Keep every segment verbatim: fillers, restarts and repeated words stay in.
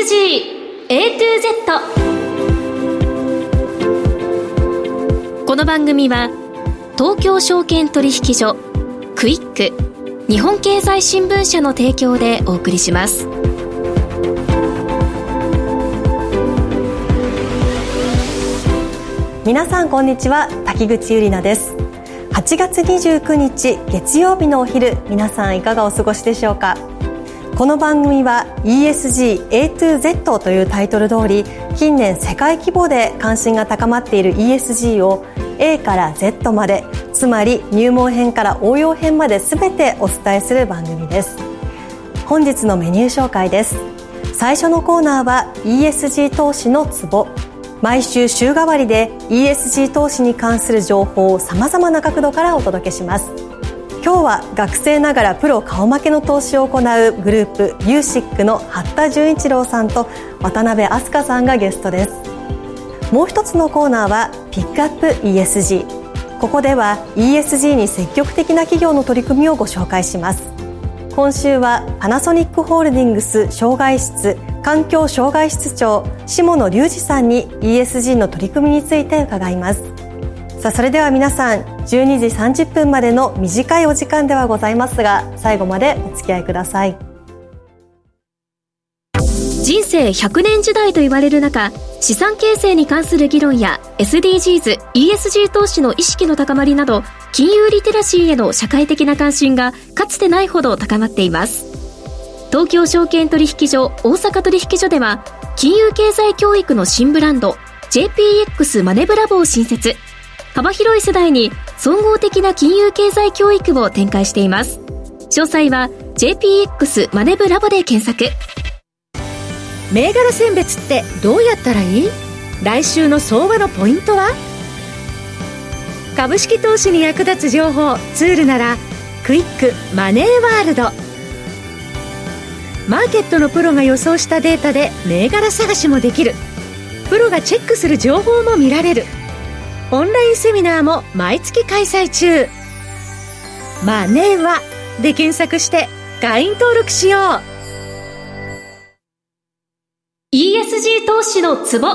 スジー エートゥーゼット。 この番組は東京証券取引所、クイック、日本経済新聞社の提供でお送りします。 皆さんこんにちは、滝口ゆりなです。はちがつにじゅうくにち月曜日のお昼、皆さんいかがお過ごしでしょうか。この番組は イーエスジー エートゥーゼット というタイトル通り、近年世界規模で関心が高まっている イーエスジー を エー から ゼット まで、つまり入門編から応用編まで全てお伝えする番組です。本日のメニュー紹介です。最初のコーナーは イーエスジー 投資のツボ。毎週週替わりで イーエスジー 投資に関する情報をさまざまな角度からお届けします。今日は学生ながらプロ顔負けの投資を行うグループ ユーシック の八田純一郎さんと渡辺飛鳥さんがゲストです。もう一つのコーナーはピックアップ イーエスジー。ここでは イーエスジー に積極的な企業の取り組みをご紹介します。今週はパナソニックホールディングス障害室環境障害室長下野隆二さんに イーエスジー の取り組みについて伺います。さあ、それでは皆さんじゅうにじさんじゅっぷんまでの短いお時間ではございますが、最後までお付き合いください。 人生ひゃくねん時代と言われる中、資産形成に関する議論や エスディージーズ、イーエスジー 投資の意識の高まりなど、金融リテラシーへの社会的な関心がかつてないほど高まっています。東京証券取引所、大阪取引所では金融経済教育の新ブランド ジェーピーエックス マネブラボを新設。幅広い世代に総合的な金融経済教育を展開しています。詳細は ジェーピーエックス マネブラボで検索。 銘柄選別ってどうやったらいい？来週の相場のポイントは？株式投資に役立つ情報ツールならクイックマネーワールド。マーケットのプロが予想したデータで銘柄探しもできる。プロがチェックする情報も見られる。オンラインセミナーも毎月開催中。マネーワで検索して会員登録しよう。 イーエスジー 投資のツボ。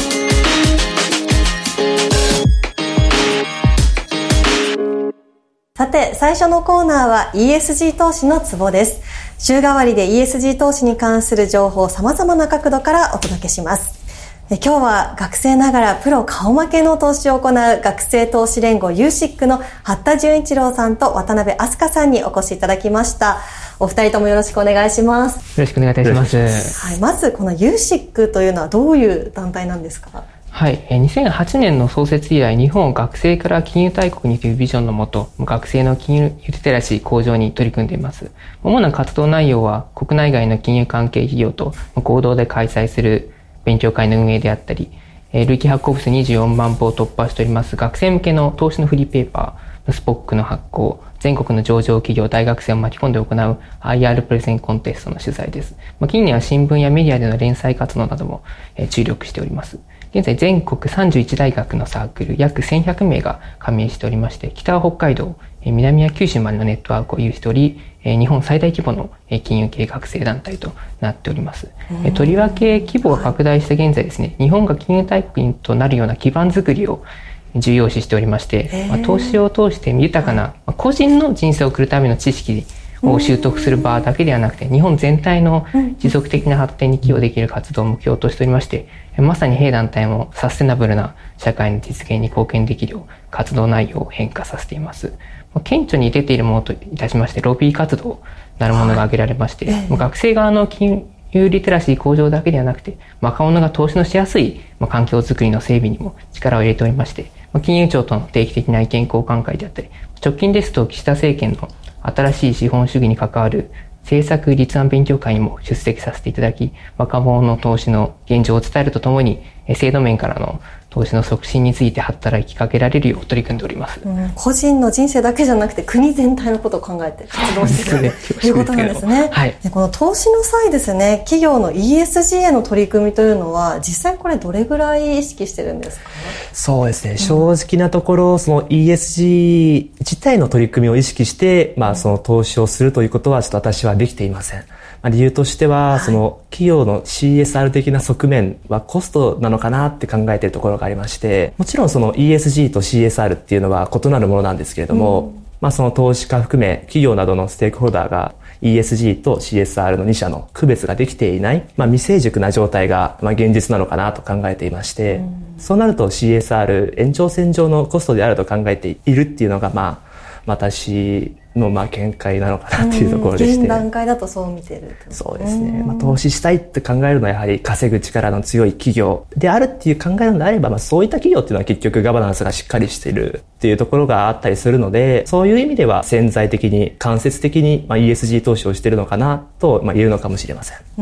さて、最初のコーナーは イーエスジー 投資のツボです。週替わりで イーエスジー 投資に関する情報を様々な角度からお届けします。今日は学生ながらプロ顔負けの投資を行う学生投資連合 ユーシック の八田純一郎さんと渡辺飛鳥さんにお越しいただきました。お二人ともよろしくお願いします。 よろしくお願いいたします。 はい、まずこの ユーシック というのはどういう団体なんですか？ はい、にせんはちねんの創設以来、日本を学生から金融大国にというビジョンのもと、学生の金融リテラシー向上に取り組んでいます。主な活動内容は、国内外の金融関係企業と合同で開催する勉強会の運営であったり、累計発行部数にじゅうよんまんぼを突破しております学生向けの投資のフリーペーパー、スポックの発行、全国の上場企業、大学生を巻き込んで行う アイアール プレゼンコンテストの取材です。近年は新聞やメディアでの連載活動なども注力しております。現在全国さんじゅういちだいがくのサークル約せんひゃくめいが加盟しておりまして、北は北海道、南は九州までのネットワークを有しており、日本最大規模の金融系学生団体となっております。とりわけ規模が拡大した現在ですね、日本が金融大国となるような基盤づくりを重要視しておりまして、まあ、投資を通して豊かな、まあ、個人の人生を送るための知識を習得する場だけではなくて、日本全体の持続的な発展に寄与できる活動を目標としておりまして、まさに弊団体もサステナブルな社会の実現に貢献できるよう活動内容を変化させています。顕著に出ているものといたしまして、ロビー活動なるものが挙げられまして、はい、学生側の金融リテラシー向上だけではなくて、若者が投資のしやすい環境づくりの整備にも力を入れておりまして、金融庁との定期的な意見交換会であったり、直近ですと岸田政権の新しい資本主義に関わる政策立案勉強会にも出席させていただき、若者の投資の現状を伝えるとともに、制度面からの投資の促進について働きかけられるよう取り組んでおります。 うん、個人の人生だけじゃなくて国全体のことを考えて活動しているということなんですね。はい、でこの投資の際ですね、企業の イーエスジー への取り組みというのは実際これどれぐらい意識してるんですか？ そうですね、正直なところその イーエスジー 自体の取り組みを意識して、まあ、その投資をするということはちょっと私はできていません。 まあ、理由としては、 はい、 その企業の シーエスアール 的な側面はコストなのかなって考えているところがありまして、もちろんその イーエスジー と シーエスアール っていうのは異なるものなんですけれども、うん、まあその投資家含め企業などのステークホルダーが イーエスジー と シーエスアール のに社の区別ができていない、まあ未成熟な状態がまあ現実なのかなと考えていまして、うん、そうなると シーエスアール 延長線上のコストであると考えているっていうのがまあ私のまあ見解なのかなっていうところでして、 現段階だとそう見てる。 そうですね。まあ、投資したいって考えるのはやはり稼ぐ力の強い企業であるっていう考えのであれば、まあそういった企業っていうのは結局ガバナンスがしっかりしているっていうところがあったりするので、そういう意味では潜在的に間接的にまあ イーエスジー 投資をしているのかなとまあ言えるのかもしれません。 うん。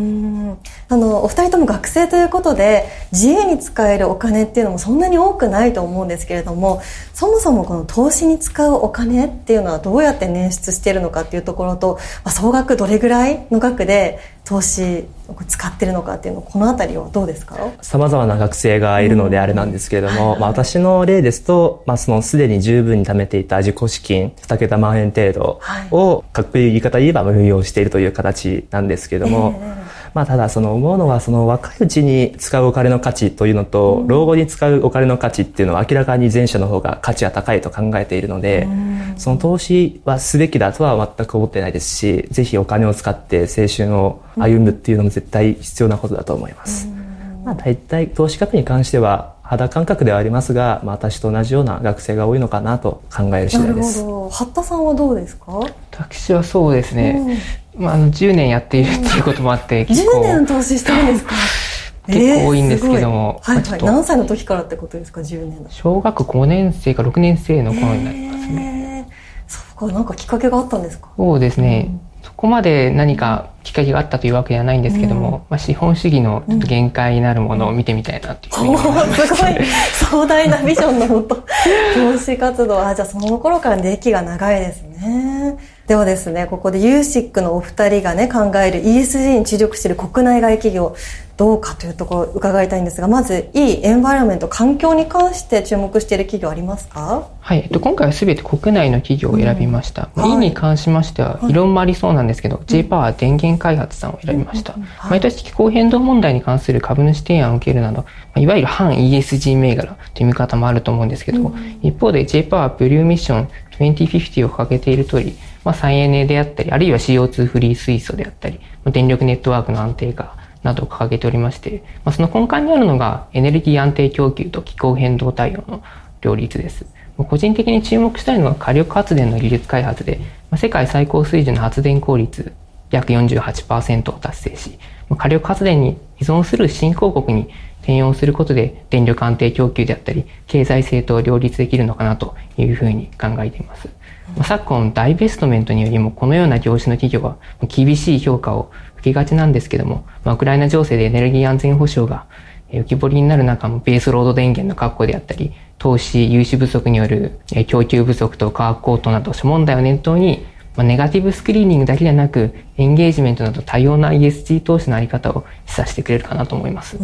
あのお二人とも学生ということで自由に使えるお金っていうのもそんなに多くないと思うんですけれども、そもそもこの投資に使うお金っていうのはどうやって捻出しているのかっていうところと、まあ、総額どれぐらいの額で投資を使ってるのかっていうの、このあたりはどうですか？ 様々な学生がいるのであれなんですけれども、うんはいはい、まあ、私の例ですと、まあ、そのすでに十分に貯めていた自己資金にけた万円程度を、かっこいい言い方で言えば運用しているという形なんですけれども、えーまあ、ただその思うのは、その若いうちに使うお金の価値というのと、うん、老後に使うお金の価値っていうのは明らかに前者の方が価値が高いと考えているので、うん、その投資はすべきだとは全く思ってないですし、ぜひお金を使って青春を歩むっていうのも絶対必要なことだと思います。うん、まあ大体投資額に関しては肌感覚ではありますが、まあ、私と同じような学生が多いのかなと考える次第です。 なるほど。八田さんはどうですか？ 私はそうですね、うんまあ、じゅうねんやっているっていうこともあって結構じゅうねん投資してるんですか？ 結構多いんですけども、 えーはいはい、何歳の時からってことですか？じゅうねん。 小学ごねん生かろくねん生の頃になりますね。 えー、そうか、なんかきっかけがあったんですか？ そうですね、うん、そこまで何かきっかけがあったというわけではないんですけども、うんまあ、資本主義のちょっと限界になるものを見てみたいなというふうに思います、 うん、すごい壮大なビジョンのもと投資活動、あ、じゃあその頃から歴が長いですね。ではですね、ここで ユーシック のお二人がね考える イーエスジー に注力している国内外企業どうかというところを伺いたいんですが、まずいいエンバイロメント、環境に関して注目している企業ありますか？ はい、えっと、今回は全て国内の企業を選びました。うんはい、いいに関しましては異論もありそうなんですけど、はい、J パワー電源開発さんを選びました。うんはい、毎年気候変動問題に関する株主提案を受けるなど、いわゆる反 イーエスジー 銘柄という見方もあると思うんですけど、うん、一方で J パワーブリューミッションにせんごじゅうを掲げている通り、まあ、再エネであったり、あるいは シーオーツー フリー水素であったり、電力ネットワークの安定化などを掲げておりまして、まあ、その根幹にあるのがエネルギー安定供給と気候変動対応の両立です。個人的に注目したいのは火力発電の技術開発で、まあ、世界最高水準の発電効率約 よんじゅうはちパーセント を達成し、火力発電に依存する新興国に転用することで電力安定供給であったり経済性と両立できるのかなというふうに考えています。まあ、昨今ダイベストメントによりもこのような業種の企業は厳しい評価を受けがちなんですけども、まあ、ウクライナ情勢でエネルギー安全保障が浮き彫りになる中のベースロード電源の確保であったり、投資融資不足による供給不足と価格高騰など諸問題を念頭に、まあ、ネガティブスクリーニングだけでなくエンゲージメントなど多様な イーエスジー 投資のあり方を示唆してくれるかなと思います。 うん、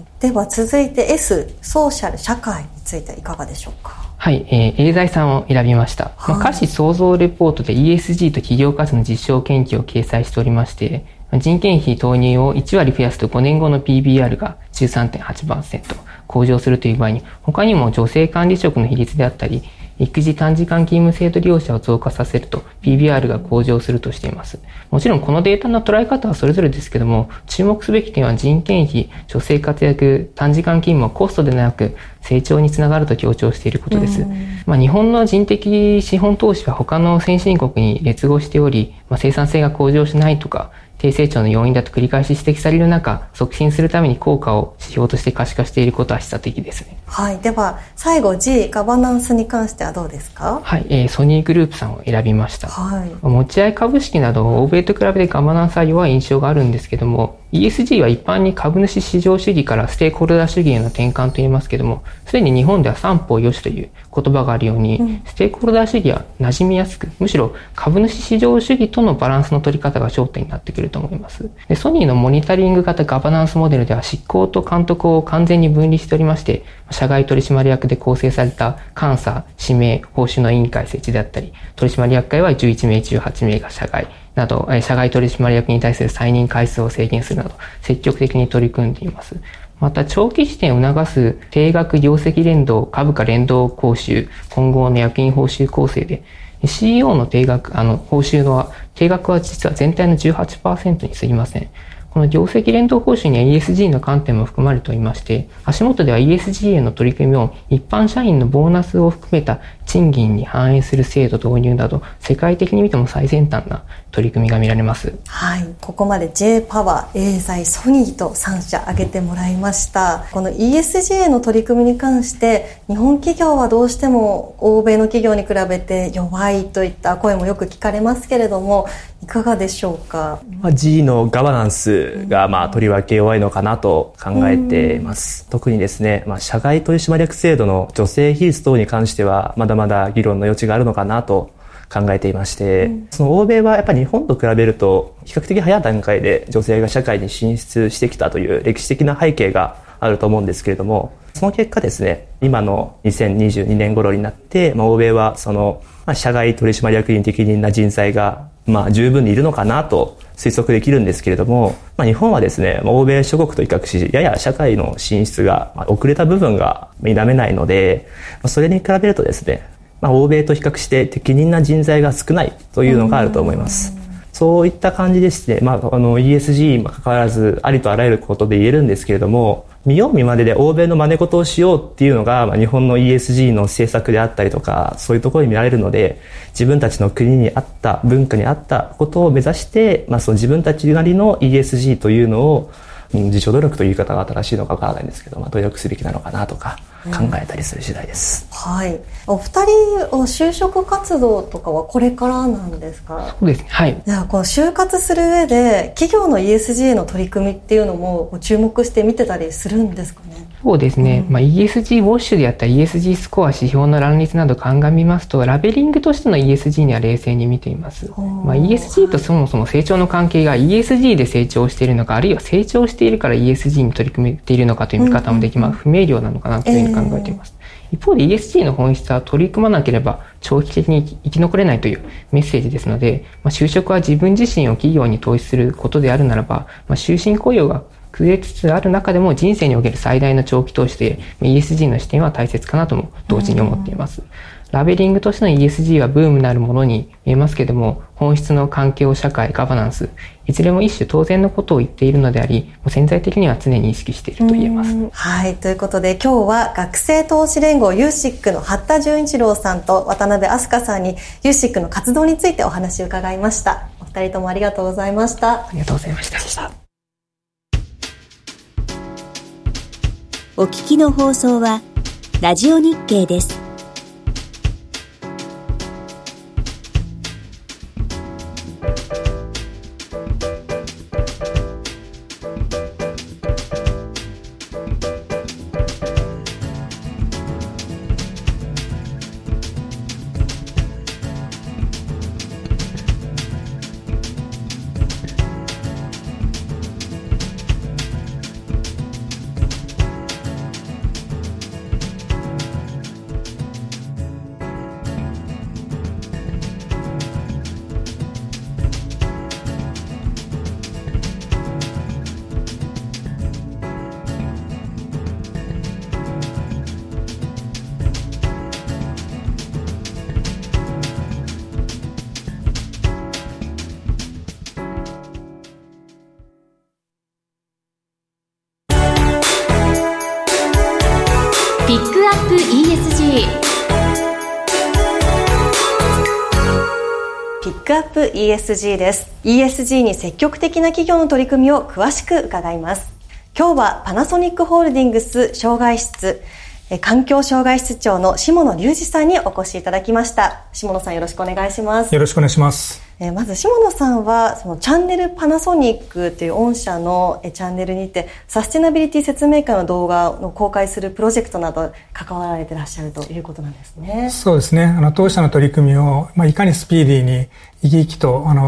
では続いて S、ソーシャル社会についていかがでしょうか？ はい、えー、エーザイさんを選びました。はい、まあ、可視創造レポートで イーエスジー と企業価値の実証研究を掲載しておりまして、人件費投入をいち割増やすとごねんごの ピービーアール が じゅうさんてんはちパーセント 向上するという場合に、他にも女性管理職の比率であったり、育児短時間勤務制度利用者を増加させると ピービーアール が向上するとしています。もちろんこのデータの捉え方はそれぞれですけども、注目すべき点は人件費、女性活躍、短時間勤務はコストでなく成長につながると強調していることです。まあ、日本の人的資本投資は他の先進国に劣後しており、まあ、生産性が向上しないとか、低成長の要因だと繰り返し指摘される中、促進するために効果を指標として可視化していることは示唆的ですね。 はい。では、最後 G、ガバナンスに関してはどうですか？ はい。えー、ソニーグループさんを選びました。 はい。 持ち合い株式など欧米と比べてガバナンスは弱い印象があるんですけども、イーエスジー は一般に株主至上主義からステークホルダー主義への転換と言いますけども、すでに日本では三方よしという言葉があるように、うん、ステークホルダー主義は馴染みやすく、むしろ株主至上主義とのバランスの取り方が焦点になってくると思います。で、ソニーのモニタリング型ガバナンスモデルでは執行と監督を完全に分離しておりまして、社外取締役で構成された監査、指名、報酬の委員会設置であったり、取締役会はじゅういちめい中はちめいが社外など、社外取締役に対する再任回数を制限するなど、積極的に取り組んでいます。また、長期視点を促す定額業績連動、株価連動報酬、今後の役員報酬構成で、シーイーオー の定額、あの、報酬の定額は実は全体の じゅうはちパーセント に過ぎません。この業績連動報酬には イーエスジー の観点も含まれておりまして、足元では イーエスジー への取り組みを一般社員のボーナスを含めた賃金に反映する制度導入など、世界的に見ても最先端な取り組みが見られます。 はい、ここまで J パワー、エーザイ、ソニーとさん社挙げてもらいました。この イーエスジー への取り組みに関して、日本企業はどうしても欧米の企業に比べて弱いといった声もよく聞かれますけれども、いかがでしょうか。 まあ、G のガバナンスがまあとりわけ弱いのかなと考えています。特にですね、まあ、社外取締役制度の女性比率等に関してはまだまだ議論の余地があるのかなと考えていまして、うん、その欧米はやっぱり日本と比べると比較的早い段階で女性が社会に進出してきたという歴史的な背景があると思うんですけれども、その結果ですね、今のにせんにじゅうにねん頃になって、まあ、欧米はその、まあ、社外取締役員適任な人材がまあ十分にいるのかなと推測できるんですけれども、まあ、日本はですね、欧米諸国と比較し、やや社会の進出が遅れた部分が否めないので、それに比べるとですね、まあ、欧米と比較して適任な人材が少ないというのがあると思います。そういった感じでして、まあ、あの イーエスジー に関わらずありとあらゆることで言えるんですけれども、見よう見まねで欧米の真似事をしようっていうのが、まあ、日本の イーエスジー の政策であったりとか、そういうところに見られるので、自分たちの国に合った文化に合ったことを目指して、まあ、その自分たちなりの イーエスジー というのを、自助努力という言い方が正しいのかわからないんですけど、まあ、努力すべきなのかなとか考えたりする次第です。 うん、はい。お二人、就職活動とかはこれからなんですか？ そうですね。はい。 じゃあ、この就活する上で、企業の イーエスジー への取り組みっていうのも注目して見てたりするんですかね？ そうですね。うん、まあ、イーエスジー ウォッシュであった イーエスジー スコア指標の乱立など鑑みますと、ラベリングとしての イーエスジー には冷静に見ています。まあ、イーエスジー とそもそも成長の関係が イーエスジー で成長しているのか、あるいは成長しているから イーエスジー に取り組めているのかという見方もでき、まあ、不明瞭なのかなというふうに考えています。えー、一方で イーエスジー の本質は取り組まなければ長期的に生き残れないというメッセージですので、まあ、就職は自分自身を企業に投資することであるならば、まあ、終身雇用が崩れつつある中でも人生における最大の長期投資で イーエスジー の視点は大切かなとも同時に思っています。ラベリングとしての イーエスジー はブームなるものに見えますけれども、本質の環境、社会、ガバナンス、いずれも一種当然のことを言っているのであり、潜在的には常に意識していると言えます。 はい、ということで今日は学生投資連合ユーシックの八田純一郎さんと渡辺飛鳥さんにユーシックの活動についてお話を伺いました。お二人ともありがとうございました。 ありがとうございました。 お聞きの放送はラジオ日経です。 ピックアップ イーエスジー。 ピックアップ イーエスジー です。イーエスジー に積極的な企業の取り組みを詳しく伺います。今日はパナソニックホールディングス障害室環境障害室長の下野隆二さんにお越しいただきました。下野さん、よろしくお願いします。 よろしくお願いします。 えー、まず下野さんはそのチャンネルパナソニックという御社のチャンネルにてサステナビリティ説明会の動画の公開するプロジェクトなど関わられていらっしゃるということなんですね。 そうですね。あの当社の取り組みを、まあ、いかにスピーディーに生き生きとあの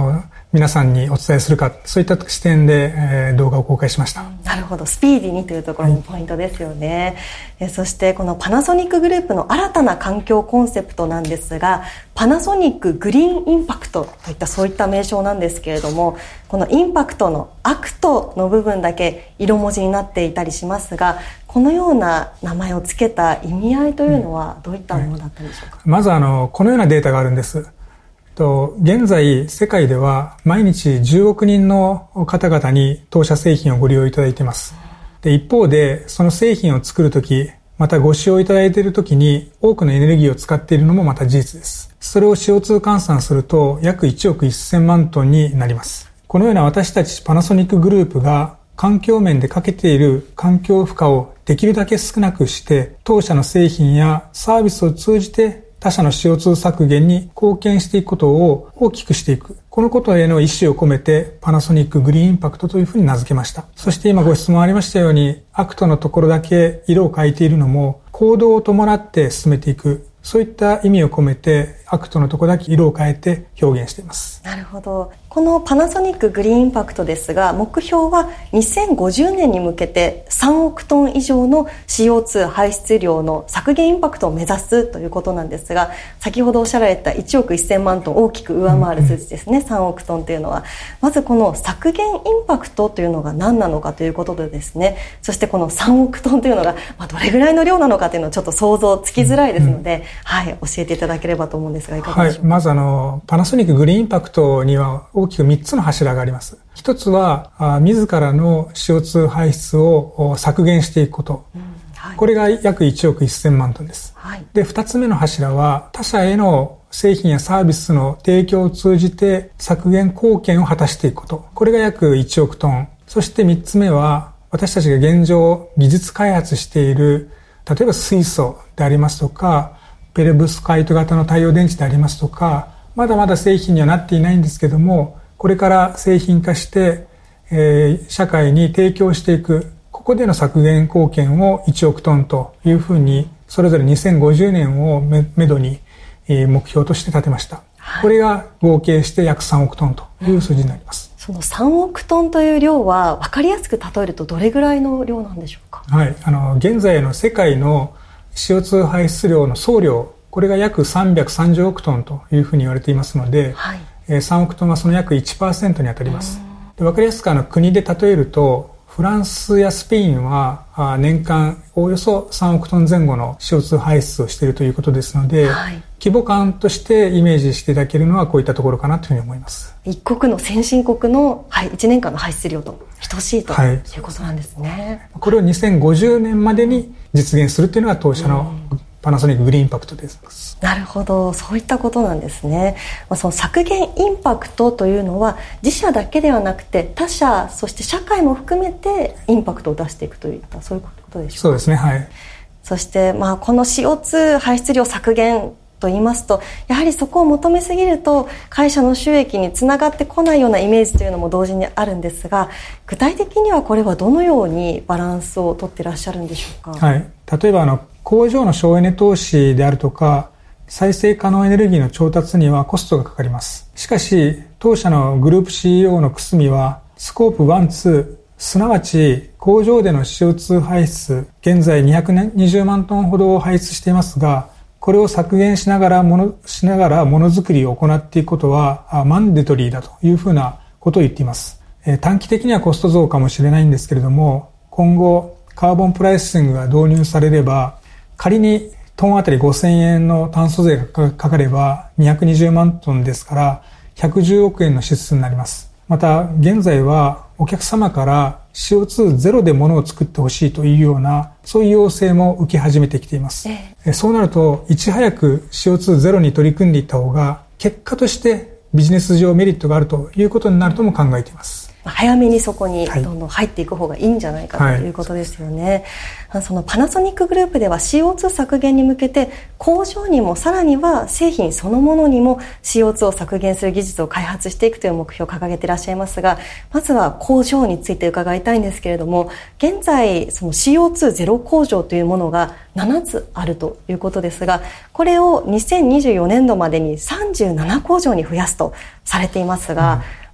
皆さんにお伝えするか、そういった視点で、えー、動画を公開しました。 なるほど、スピーディーにというところもポイントですよね。はい、えそしてこのパナソニックグループの新たな環境コンセプトなんですが、パナソニックグリーンインパクトといったそういった名称なんですけれども、このインパクトのアクトの部分だけ色文字になっていたりしますが、このような名前を付けた意味合いというのはどういったものだったんでしょうか。 うん、まずあのこのようなデータがあるんです。と現在世界では毎日じゅうおくにんの方々に当社製品をご利用いただいています。で一方でその製品を作るとき、またご使用いただいているときに多くのエネルギーを使っているのもまた事実です。それを シーオーツー 換算すると約いちおくせんまんトンになります。このような私たちパナソニックグループが環境面でかけている環境負荷をできるだけ少なくして、当社の製品やサービスを通じて他社の シーオーツー 削減に貢献していくことを大きくしていく。このことへの意思を込めてパナソニックグリーンインパクトというふうに名付けました。そして今ご質問ありましたように、アクトのところだけ色を変えているのも行動を伴って進めていく。そういった意味を込めてアクトのところだけ色を変えて表現しています。 なるほど。このパナソニックグリーンインパクトですが、目標はにせんごじゅうねんに向けてさんおくトン以上の シーオーツー 排出量の削減インパクトを目指すということなんですが、先ほどおっしゃられたいちおくせんまんトン大きく上回る数字ですね、うんうん、さんおくトンというのは。まずこの削減インパクトというのが何なのかということでですね、そしてこのさんおくトンというのがまあどれぐらいの量なのかというのはちょっと想像つきづらいですので、うんうん、はい、教えていただければと思うんですが、いかがでしょうか。 はい、まずあのパナソニックグリーンインパクトには大きくみっつの柱があります。一つはあ自らの シーオーツー 排出を削減していくこと、うん、はい、これが約いちおくせんまんトンです。はい、で二つ目の柱は他社への製品やサービスの提供を通じて削減貢献を果たしていくこと、これが約いちおくトン。そして三つ目は私たちが現状技術開発している、例えば水素でありますとかペロブスカイト型の太陽電池でありますとか、まだまだ製品にはなっていないんですけども、これから製品化して、えー、社会に提供していく、ここでの削減貢献をいちおくトンというふうに、それぞれにせんごじゅうねんをめめどに、えー、目標として立てました。はい、これが合計して約さんおくトンという数字になります。 うん、そのさんおくトンという量は分かりやすく例えるとどれぐらいの量なんでしょうか。 はい、あの現在の世界の シーオーツー 排出量の総量、これが約さんびゃくさんじゅうおくトンというふうに言われていますので、はい、さんおくトンはその約 いちパーセント に当たります。で、分かりやすくあの国で例えると、フランスやスペインは年間およそさんおくトンぜん後の シーオーツー 排出をしているということですので、はい、規模感としてイメージしていただけるのはこういったところかなというふうに思います。 一国の先進国の、はい、いちねんかんの排出量と等しいと、はい、いうことなんですね。 これをにせんごじゅうねんまでに実現するというのが当社のパナソニックグリーンインパクトです。 なるほど、そういったことなんですね。まあ、その削減インパクトというのは自社だけではなくて他社、そして社会も含めてインパクトを出していくといったそういうことでしょうか。 そうですね、はい。 そしてまあこの シーオーツー 排出量削減と言いますと、やはりそこを求めすぎると会社の収益につながってこないようなイメージというのも同時にあるんですが、具体的にはこれはどのようにバランスをとっていらっしゃるんでしょうか。 はい、例えばあの工場の省エネ投資であるとか再生可能エネルギーの調達にはコストがかかります。しかし当社のグループ シーイーオー の久住はスコープいち、に、すなわち工場での シーオーツー 排出、現在にひゃくにじゅうまんトンほどを排出していますが、これを削減しながらものしながらものづくりを行っていくことはマンデトリーだというふうなことを言っています。えー、短期的にはコスト増かもしれないんですけれども、今後カーボンプライシングが導入されれば、仮にトンあたりごせんえんの炭素税がかかればにひゃくにじゅうまんトンですからひゃくじゅうおくえんの支出になります。また現在はお客様から シーオーツー ゼロで物を作ってほしいというようなそういう要請も受け始めてきています。ええ、そうなるといち早く シーオーツー ゼロに取り組んでいった方が結果としてビジネス上メリットがあるということになるとも考えています。 早めにそこにどんどん入っていく方がいいんじゃないかということですよね。はい、そのパナソニックグループでは シーオーツー 削減に向けて工場にもさらには製品そのものにも シーオーツー を削減する技術を開発していくという目標を掲げていらっしゃいますが、まずは工場について伺いたいんですけれども、現在その シーオーツー ゼロ工場というものがななつあるということですが、これをにせんにじゅうよねんどまでにさんじゅうななこうじょうに増やすとされていますが、うん、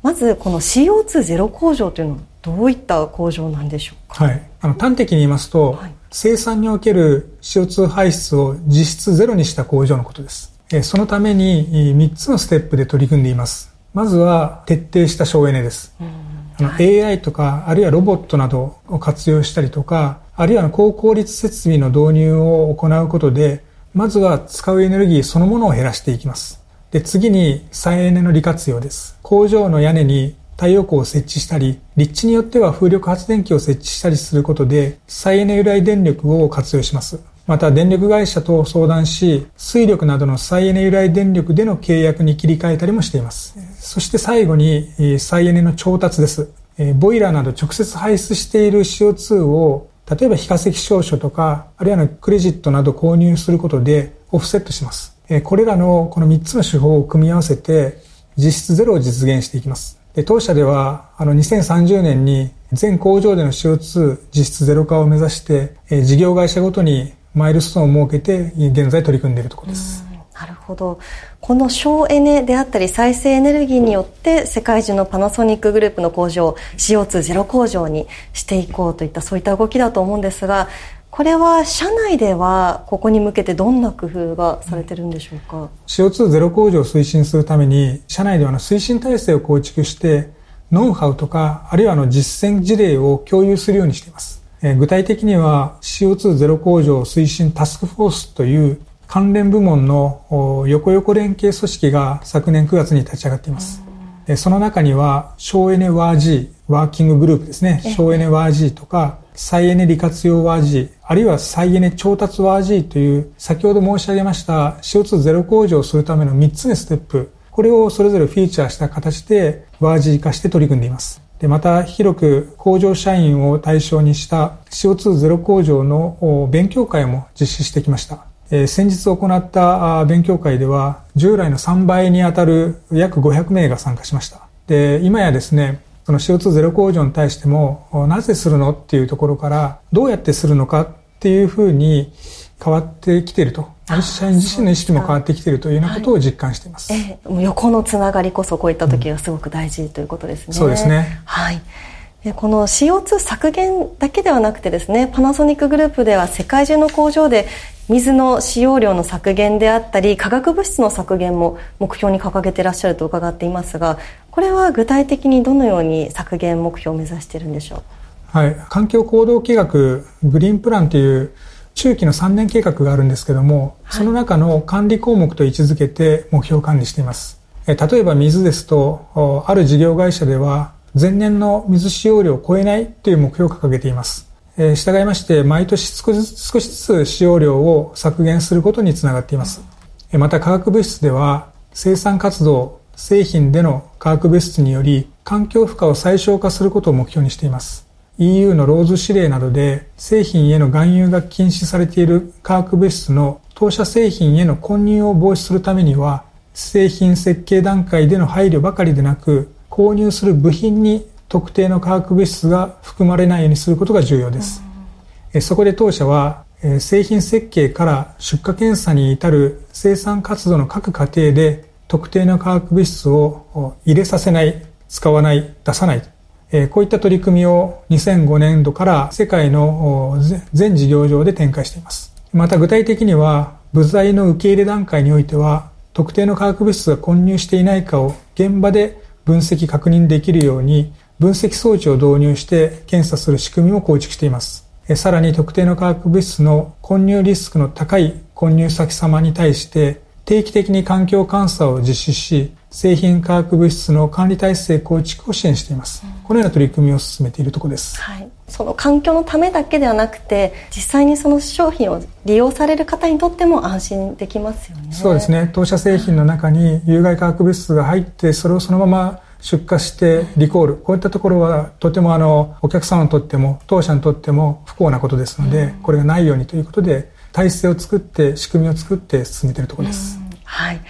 まずこの シーオーツーゼロ 工場というのはどういった工場なんでしょうか。 はい、あの端的に言いますと、はい、生産における シーオーツー 排出を実質ゼロにした工場のことです。そのためにみっつのステップで取り組んでいます。まずは徹底した省エネです。あの エーアイ とかあるいはロボットなどを活用したりとか、あるいは高効率設備の導入を行うことで、まずは使うエネルギーそのものを減らしていきます。で、次に再エネの利活用です。工場の屋根に太陽光を設置したり、立地によっては風力発電機を設置したりすることで、再エネ由来電力を活用します。また電力会社と相談し、水力などの再エネ由来電力での契約に切り替えたりもしています。そして最後に再エネの調達です。ボイラーなど直接排出している シーオーツー を例えば非化石証書とか、あるいはクレジットなど購入することでオフセットします。これらのこのみっつの手法を組み合わせて実質ゼロを実現していきます。当社ではあのにせんさんじゅうねんに全工場での シーオーツー 実質ゼロ化を目指して事業会社ごとにマイルストーンを設けて現在取り組んでいるところです。 なるほど。この省エネであったり再生エネルギーによって世界中のパナソニックグループの工場を シーオーツーゼロ 工場にしていこうといったそういった動きだと思うんですが、これは社内ではここに向けてどんな工夫がされてるんでしょうか。 シーオーツーゼロ 工場を推進するために社内ではの推進体制を構築してノウハウとかあるいはの実践事例を共有するようにしています。えー、具体的には シーオーツーゼロ 工場推進タスクフォースという関連部門の横横連携組織が昨年くがつに立ち上がっています。その中には省エネ ワージー ワーキンググループですね。省エネ ワージー とか再エネ利活用 ワージー あるいは再エネ調達 ワージー という先ほど申し上げました シーオーツーゼロ 工場をするためのみっつのステップ、これをそれぞれフィーチャーした形で ワージー 化して取り組んでいます。でまた広く工場社員を対象にした シーオーツーゼロ 工場の勉強会も実施してきました。えー、先日行った勉強会では従来のさんばいにあたる約ごひゃくめいが参加しました。で今やですね、その シーオーツーゼロ 工場に対してもなぜするのっていうところからどうやってするのかっていうふうに変わってきていると、社員自身の意識も変わってきているというようなことを実感しています。 はい、えー、横のつながりこそこういった時がすごく大事ということですね。 うん、そうですね。 はい。この シーオーツー 削減だけではなくてですね、パナソニックグループでは世界中の工場で水の使用量の削減であったり化学物質の削減も目標に掲げていらっしゃると伺っていますが、これは具体的にどのように削減目標を目指しているんでしょう。 はい、環境行動計画グリーンプランという中期のさんねん計画があるんですけども、はい、その中の管理項目と位置づけて目標管理しています。例えば水ですと、ある事業会社では前年の水使用量を超えないという目標を掲げています。えー、従いまして毎年少しずつ少しずつ使用量を削減することにつながっています。えー、また化学物質では生産活動製品での化学物質により環境負荷を最小化することを目標にしています。 イーユー のローズ指令などで製品への含有が禁止されている化学物質の当社製品への混入を防止するためには製品設計段階での配慮ばかりでなく購入する部品に特定の化学物質が含まれないようにすることが重要です。うん、そこで当社は製品設計から出荷検査に至る生産活動の各過程で特定の化学物質を入れさせない、使わない、出さない、こういった取り組みをにせんごねんどから世界の全事業場で展開しています。また具体的には部材の受け入れ段階においては特定の化学物質が混入していないかを現場で分析確認できるように分析装置を導入して検査する仕組みも構築しています。さらに特定の化学物質の混入リスクの高い混入先様に対して定期的に環境監査を実施し、製品化学物質の管理体制構築を支援しています。うん、このような取り組みを進めているところです。 はい、その環境のためだけではなくて、実際にその商品を利用される方にとっても安心できますよね。 そうですね。当社製品の中に有害化学物質が入って、それをそのまま出荷してリコール、こういったところはとてもあのお客様にとっても当社にとっても不幸なことですので、うん、これがないようにということで体制を作って仕組みを作って進めているところです。 うん、はい。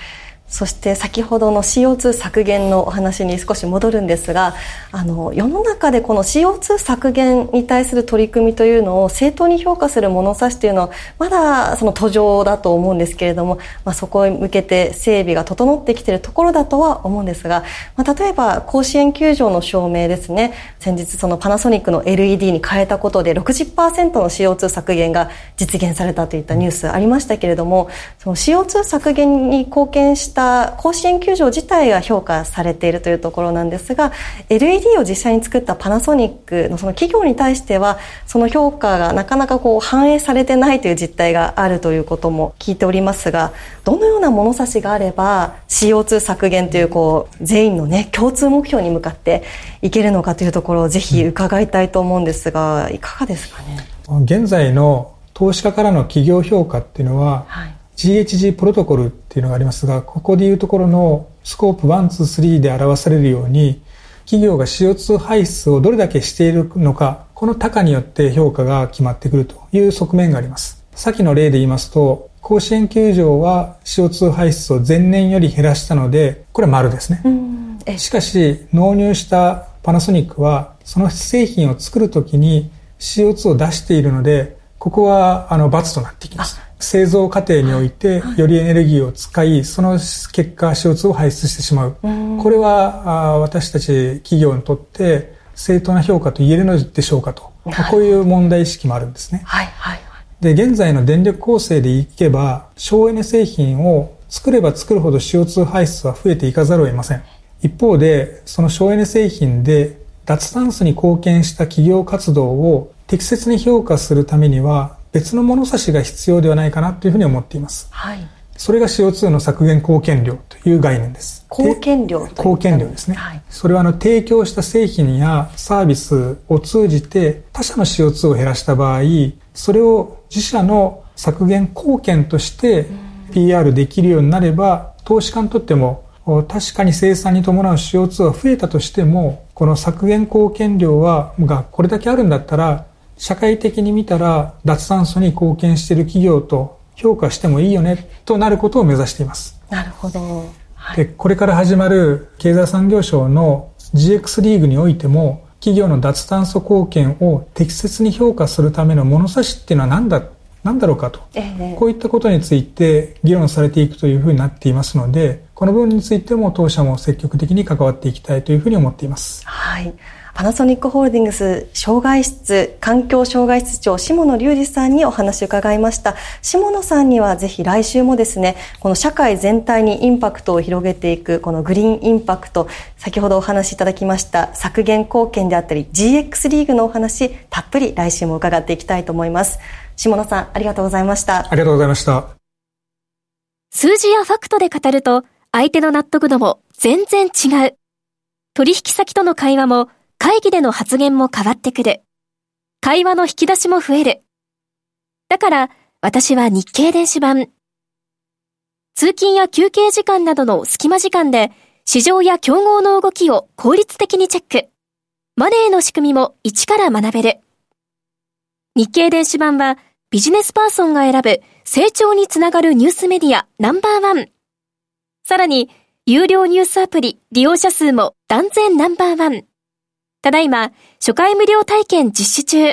そして先ほどの シーオーツー 削減のお話に少し戻るんですが、あの世の中でこの シーオーツー 削減に対する取り組みというのを正当に評価する物差しというのはまだその途上だと思うんですけれども、まあ、そこへ向けて整備が整ってきているところだとは思うんですが、まあ、例えば甲子園球場の照明ですね、先日そのパナソニックの エルイーディー に変えたことで ろくじゅっパーセント の シーオーツー 削減が実現されたといったニュースありましたけれども、その シーオーツー 削減に貢献した甲子園球場自体が評価されているというところなんですが、 エルイーディー を実際に作ったパナソニックのその企業に対してはその評価がなかなかこう反映されてないという実態があるということも聞いておりますが、どのような物差しがあれば シーオーツー 削減というこう全員のね共通目標に向かっていけるのかというところをぜひ伺いたいと思うんですが、いかがですかね。 現在の投資家からの企業評価っていうのは、はい、ジーエイチジー プロトコルっていうのがありますが、ここでいうところのスコープいち、に、さんで表されるように、企業が シーオーツー 排出をどれだけしているのか、この多寡によって評価が決まってくるという側面があります。先の例で言いますと、甲子園球場は シーオーツー 排出を前年より減らしたので、これは丸ですね。しかし、納入したパナソニックは、その製品を作るときに シーオーツー を出しているので、ここはあの×となってきます。製造過程においてよりエネルギーを使い、その結果 シーオーツー を排出してしまう。これは私たち企業にとって正当な評価と言えるのでしょうかと。こういう問題意識もあるんですね。はいはい、で、現在の電力構成でいけば、省エネ製品を作れば作るほど シーオーツー 排出は増えていかざるを得ません。一方で、その省エネ製品で脱炭素に貢献した企業活動を適切に評価するためには、別の物差しが必要ではないかなというふうに思っています。はい。それが シーオーツー の削減貢献量という概念です。 貢献量という貢献量ですね。はい。それはあの提供した製品やサービスを通じて他社の シーオーツー を減らした場合、それを自社の削減貢献として ピーアール できるようになれば、投資家にとっても確かに生産に伴う シーオーツー は増えたとしても、この削減貢献量はがこれだけあるんだったら、社会的に見たら脱炭素に貢献している企業と評価してもいいよねとなることを目指しています。 なるほど。 はい、で、これから始まる経済産業省の ジーエックス リーグにおいても、企業の脱炭素貢献を適切に評価するための物差しっていうのは何だ、何だろうかと、ええ、こういったことについて議論されていくというふうになっていますので、この部分についても当社も積極的に関わっていきたいというふうに思っています。 はい。パナソニックホールディングス障害室環境障害室長下野隆二さんにお話を伺いました。下野さんにはぜひ来週もですね、この社会全体にインパクトを広げていくこのグリーンインパクト、先ほどお話しいただきました削減貢献であったり ジーエックス リーグのお話、たっぷり来週も伺っていきたいと思います。下野さん、ありがとうございました。 ありがとうございました。 数字やファクトで語ると相手の納得度も全然違う。取引先との会話も会議での発言も変わってくる。会話の引き出しも増える。だから私は日経電子版。通勤や休憩時間などの隙間時間で市場や競合の動きを効率的にチェック。マネーの仕組みも一から学べる。日経電子版はビジネスパーソンが選ぶ成長につながるニュースメディアナンバーワン。さらに有料ニュースアプリ利用者数も断然ナンバーワン。ただいま初回無料体験実施中。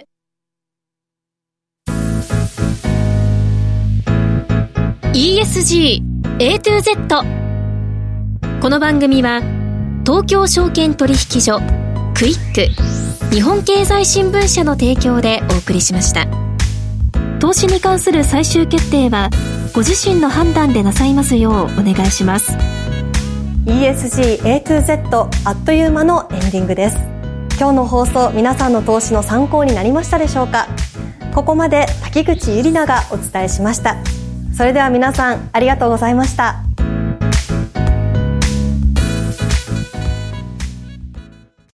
イーエスジー エートゥーゼット。 この番組は東京証券取引所、クイック、日本経済新聞社の提供でお送りしました。投資に関する最終決定はご自身の判断でなさいますようお願いします。 イーエスジー エートゥーゼット あっという間のエンディングです。今日の放送、皆さんの投資の参考になりましたでしょうか。ここまで滝口ゆりながお伝えしました。それでは皆さん、ありがとうございました。